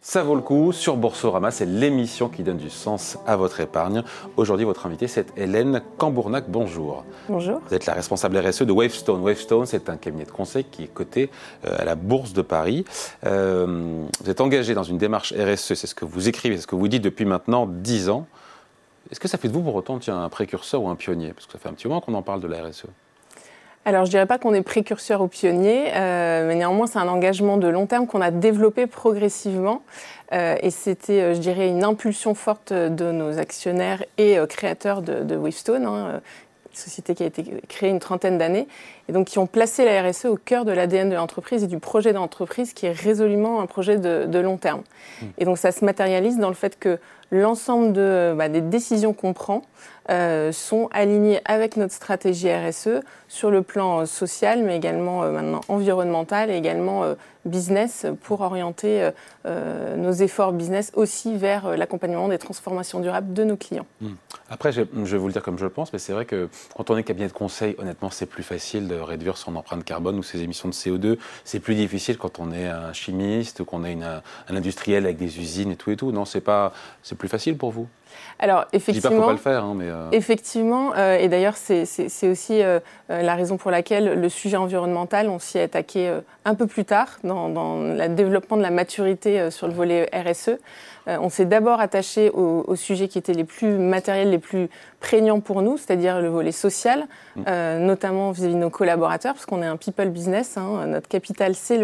Ça vaut le coup sur Boursorama, c'est l'émission qui donne du sens à votre épargne. Aujourd'hui, votre invitée, c'est Hélène Cambournac. Bonjour. Bonjour. Vous êtes la responsable RSE de Wavestone. Wavestone, c'est un cabinet de conseil qui est coté à la Bourse de Paris. Vous êtes engagé dans une démarche RSE, c'est ce que vous écrivez, c'est ce que vous dites depuis maintenant 10 ans. Est-ce que ça fait de vous pour autant un précurseur ou un pionnier? Parce que ça fait un petit moment qu'on en parle de la RSE. Alors, je ne dirais pas qu'on est précurseur ou pionnier, mais néanmoins, c'est un engagement de long terme qu'on a développé progressivement. Et c'était, je dirais, une impulsion forte de nos actionnaires et créateurs de Wavestone, une société qui a été créée une trentaine d'années, et donc qui ont placé la RSE au cœur de l'ADN de l'entreprise et du projet d'entreprise qui est résolument un projet de long terme. Et donc, ça se matérialise dans le fait que l'ensemble des décisions qu'on prend sont alignées avec notre stratégie RSE sur le plan social, mais également maintenant environnemental et également business pour orienter nos efforts business aussi vers l'accompagnement des transformations durables de nos clients. Après, je vais vous le dire comme je le pense, mais c'est vrai que quand on est cabinet de conseil, honnêtement, c'est plus facile de réduire son empreinte carbone ou ses émissions de CO2. C'est plus difficile quand on est un chimiste ou qu'on est un industriel avec des usines et tout. Non, c'est plus facile pour vous? Alors, effectivement, je dis pas qu'il ne faut pas le faire, mais effectivement, et d'ailleurs, c'est aussi la raison pour laquelle le sujet environnemental, on s'y est attaqué un peu plus tard dans le développement de la maturité sur le volet RSE. On s'est d'abord attaché aux sujets qui étaient les plus matériels, les plus prégnants pour nous, c'est-à-dire le volet social, notamment vis-à-vis de nos collaborateurs, parce qu'on est un people business. Notre capital, c'est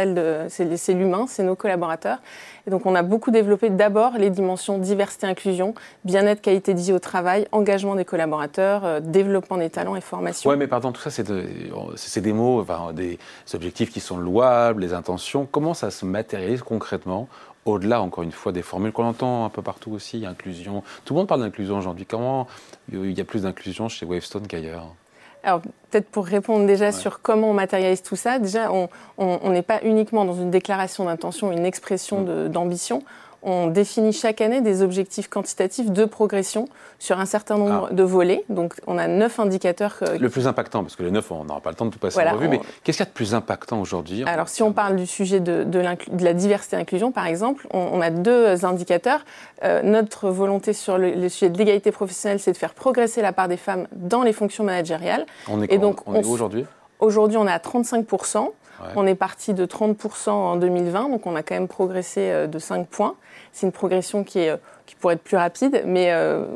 c'est l'humain, c'est nos collaborateurs. Et donc, on a beaucoup développé d'abord les dimensions diversité-inclusion, bien-être, qualité de vie au travail, engagement des collaborateurs, développement des talents et formation. Oui, mais pardon, tout ça, c'est des mots, des objectifs qui sont louables, les intentions. Comment ça se matérialise concrètement, au-delà, encore une fois, des formules qu'on entend un peu partout aussi, inclusion. Tout le monde parle d'inclusion aujourd'hui. Comment il y a plus d'inclusion chez Wavestone qu'ailleurs? Alors, peut-être pour répondre déjà sur comment on matérialise tout ça, déjà, on n'est pas uniquement dans une déclaration d'intention, une expression d'ambition. On définit chaque année des objectifs quantitatifs de progression sur un certain nombre de volets. Donc, on a 9 indicateurs. Le plus impactant, parce que les 9, on n'aura pas le temps de tout passer en revue, mais qu'est-ce qu'il y a de plus impactant aujourd'hui? Alors, si on parle du sujet de la diversité et inclusion, par exemple, on a 2 indicateurs. Notre volonté sur le sujet de l'égalité professionnelle, c'est de faire progresser la part des femmes dans les fonctions managériales. On est où aujourd'hui? Aujourd'hui, on est à 35%. Ouais. On est parti de 30% en 2020, donc on a quand même progressé de 5 points. C'est une progression qui pourrait être plus rapide, mais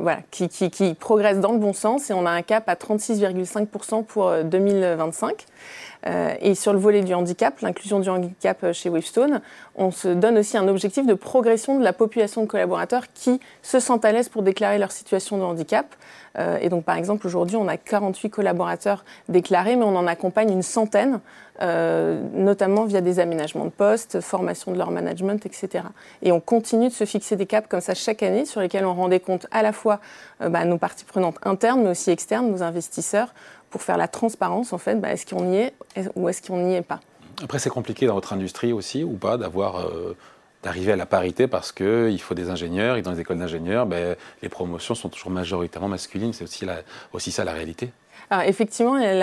qui progresse dans le bon sens. Et on a un cap à 36,5% pour 2025. Et sur le volet du handicap, l'inclusion du handicap chez Wavestone, on se donne aussi un objectif de progression de la population de collaborateurs qui se sentent à l'aise pour déclarer leur situation de handicap. Et donc, par exemple, aujourd'hui, on a 48 collaborateurs déclarés, mais on en accompagne une centaine, notamment via des aménagements de poste, formation de leur management, etc. Et on continue de se fixer des caps comme ça chaque année, sur lesquels on rendait compte à la fois nos parties prenantes internes, mais aussi externes, nos investisseurs, pour faire la transparence, en fait, est-ce qu'on y est ou est-ce qu'on n'y est pas. Après, c'est compliqué dans votre industrie aussi, ou pas, d'arriver à la parité parce qu'il faut des ingénieurs, et dans les écoles d'ingénieurs, les promotions sont toujours majoritairement masculines. C'est aussi ça la réalité. Alors effectivement, on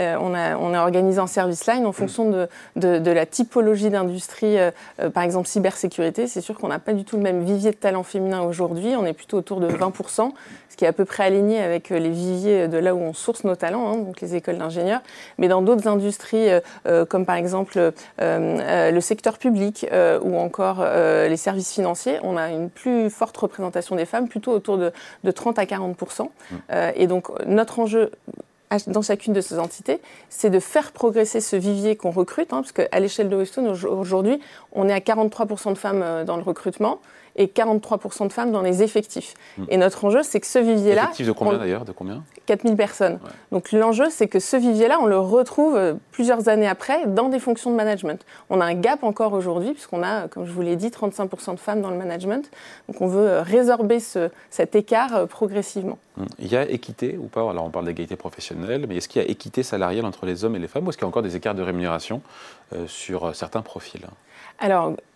a organisé un service line en fonction de la typologie d'industrie, par exemple cybersécurité. C'est sûr qu'on n'a pas du tout le même vivier de talent féminin aujourd'hui. On est plutôt autour de 20%, ce qui est à peu près aligné avec les viviers de là où on source nos talents, donc les écoles d'ingénieurs. Mais dans d'autres industries, comme par exemple le secteur public ou encore les services financiers, on a une plus forte représentation des femmes, plutôt autour de 30 à 40%. Et donc notre enjeu dans chacune de ces entités, c'est de faire progresser ce vivier qu'on recrute, parce qu'à l'échelle de Wavestone, aujourd'hui, on est à 43% de femmes dans le recrutement et 43% de femmes dans les effectifs. Et notre enjeu, c'est que ce vivier-là... Effectif de combien d'ailleurs? De combien? 4000 personnes. Ouais. Donc l'enjeu, c'est que ce vivier-là, on le retrouve plusieurs années après dans des fonctions de management. On a un gap encore aujourd'hui, puisqu'on a, comme je vous l'ai dit, 35% de femmes dans le management. Donc on veut résorber cet écart progressivement. Il y a équité ou pas? Alors on parle d'égalité professionnelle, mais est-ce qu'il y a équité salariale entre les hommes et les femmes, ou est-ce qu'il y a encore des écarts de rémunération sur certains profils? Alors,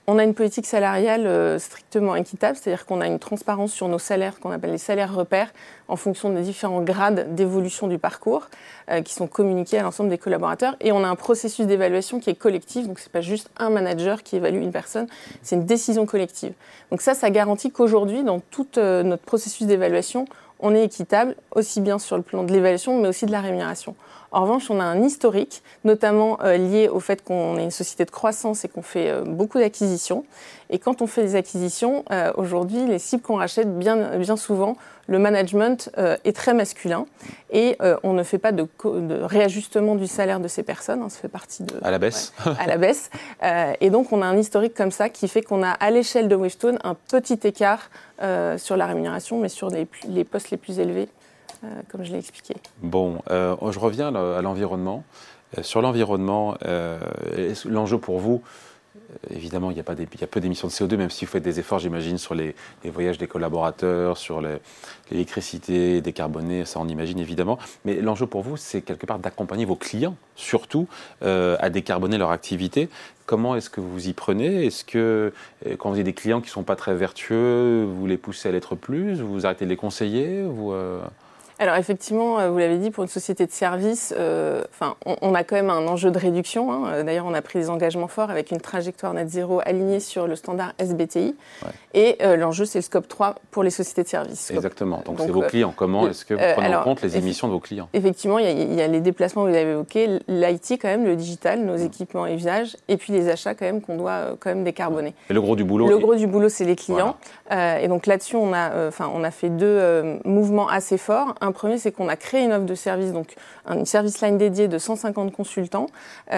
On a une politique salariale strictement équitable, c'est-à-dire qu'on a une transparence sur nos salaires, qu'on appelle les salaires repères, en fonction des différents grades d'évolution du parcours, qui sont communiqués à l'ensemble des collaborateurs. Et on a un processus d'évaluation qui est collectif, donc ce n'est pas juste un manager qui évalue une personne, c'est une décision collective. Donc ça garantit qu'aujourd'hui, dans tout notre processus d'évaluation, on est équitable, aussi bien sur le plan de l'évaluation, mais aussi de la rémunération. En revanche, on a un historique, notamment lié au fait qu'on est une société de croissance et qu'on fait beaucoup d'acquisitions. Et quand on fait des acquisitions, aujourd'hui, les cibles qu'on rachète, bien souvent, le management est très masculin et on ne fait pas de réajustement du salaire de ces personnes. Hein, ça fait partie de... À la baisse. Ouais, à la baisse. Et donc, on a un historique comme ça qui fait qu'on a, à l'échelle de Wavestone, un petit écart sur la rémunération, mais sur les postes les plus élevés, comme je l'ai expliqué. Bon, je reviens à l'environnement. Sur l'environnement, l'enjeu pour vous, évidemment, il y a peu d'émissions de CO2, même si vous faites des efforts, j'imagine, sur les voyages des collaborateurs, sur l'électricité décarbonée, ça on imagine évidemment. Mais l'enjeu pour vous, c'est quelque part d'accompagner vos clients, surtout, à décarboner leur activité. Comment est-ce que vous y prenez? Est-ce que, quand vous avez des clients qui ne sont pas très vertueux, vous les poussez à l'être plus? Vous arrêtez de les conseiller? Alors effectivement, vous l'avez dit, pour une société de services, on a quand même un enjeu de réduction. Hein. D'ailleurs, on a pris des engagements forts avec une trajectoire net zéro alignée sur le standard SBTI. Ouais. Et l'enjeu, c'est le scope 3 pour les sociétés de services. Exactement. Donc c'est vos clients. Comment est-ce que vous prenez en compte les émissions de vos clients? Effectivement, il y a les déplacements que vous avez évoqués, l'IT quand même, le digital, nos équipements et usages, et puis les achats quand même qu'on doit quand même décarboner. Et le gros du boulot? Le gros du boulot, c'est les clients. Voilà. Et donc là-dessus, on a fait deux mouvements assez forts. Un premier, c'est qu'on a créé une offre de service, donc une service line dédiée de 150 consultants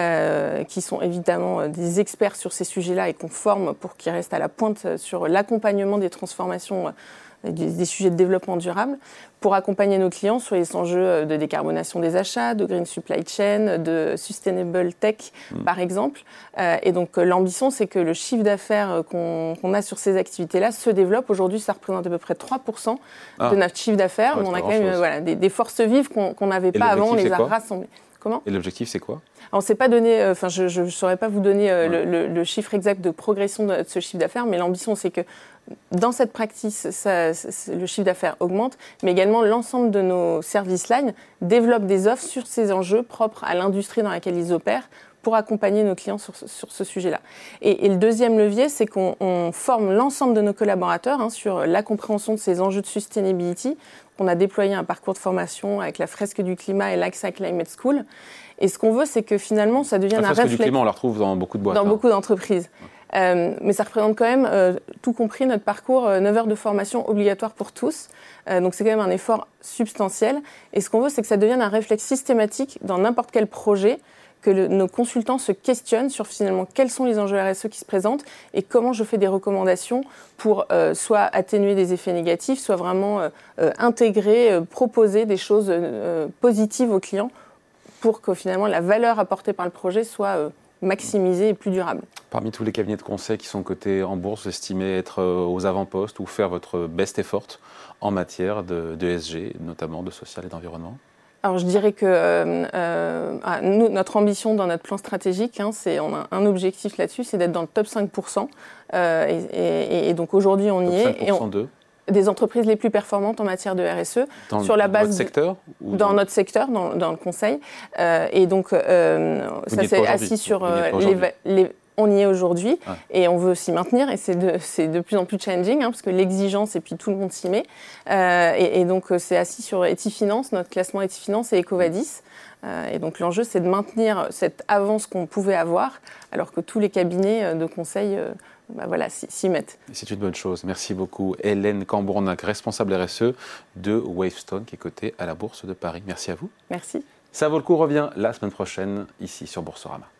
qui sont évidemment des experts sur ces sujets-là et qu'on forme pour qu'ils restent à la pointe sur l'accompagnement des transformations, des sujets de développement durable, pour accompagner nos clients sur les enjeux de décarbonation des achats, de green supply chain, de sustainable tech, par exemple. Et donc, l'ambition, c'est que le chiffre d'affaires qu'on a sur ces activités-là se développe. Aujourd'hui, ça représente à peu près 3% de notre chiffre d'affaires. Ouais, mais on a quand même des forces vives qu'on n'avait pas avant, on les a rassemblées. Comment ? Et l'objectif, c'est quoi ? On ne s'est pas donné, je ne saurais pas vous donner le chiffre exact de progression de ce chiffre d'affaires, mais l'ambition, c'est que dans cette practice, le chiffre d'affaires augmente, mais également l'ensemble de nos service lines développent des offres sur ces enjeux propres à l'industrie dans laquelle ils opèrent pour accompagner nos clients sur ce sujet-là. Et le deuxième levier, c'est qu'on forme l'ensemble de nos collaborateurs sur la compréhension de ces enjeux de sustainability. On a déployé un parcours de formation avec la fresque du climat et l'AXA Climate School. Et ce qu'on veut, c'est que finalement, ça devienne un réflexe. La fresque du climat, on la retrouve dans beaucoup de boîtes. Dans beaucoup d'entreprises. Mais ça représente quand même, tout compris, notre parcours, 9 heures de formation obligatoire pour tous. Donc c'est quand même un effort substantiel. Et ce qu'on veut, c'est que ça devienne un réflexe systématique dans n'importe quel projet, que nos consultants se questionnent sur finalement quels sont les enjeux RSE qui se présentent et comment je fais des recommandations pour soit atténuer des effets négatifs, soit vraiment intégrer, proposer des choses positives aux clients pour que finalement la valeur apportée par le projet soit maximisée et plus durable. Parmi tous les cabinets de conseil qui sont cotés en bourse, vous estimez être aux avant-postes ou faire votre best effort en matière de ESG, notamment de social et d'environnement ? Alors je dirais que nous, notre ambition dans notre plan stratégique, on a un objectif là-dessus, c'est d'être dans le top 5%. Et donc aujourd'hui on y est. Top 5% de des entreprises les plus performantes en matière de RSE sur la base secteur dans notre secteur, dans le conseil. Et donc ça c'est assis sur on y est aujourd'hui et on veut s'y maintenir et c'est de plus en plus challenging parce que l'exigence et puis tout le monde s'y met et donc c'est assis sur Etifinance, notre classement Etifinance et Ecovadis et donc l'enjeu c'est de maintenir cette avance qu'on pouvait avoir alors que tous les cabinets de conseil s'y mettent. C'est une bonne chose. Merci beaucoup. Hélène Cambournac, responsable RSE de Wavestone qui est cotée à la Bourse de Paris. Merci à vous. Merci. Ça vaut le coup revient la semaine prochaine ici sur Boursorama.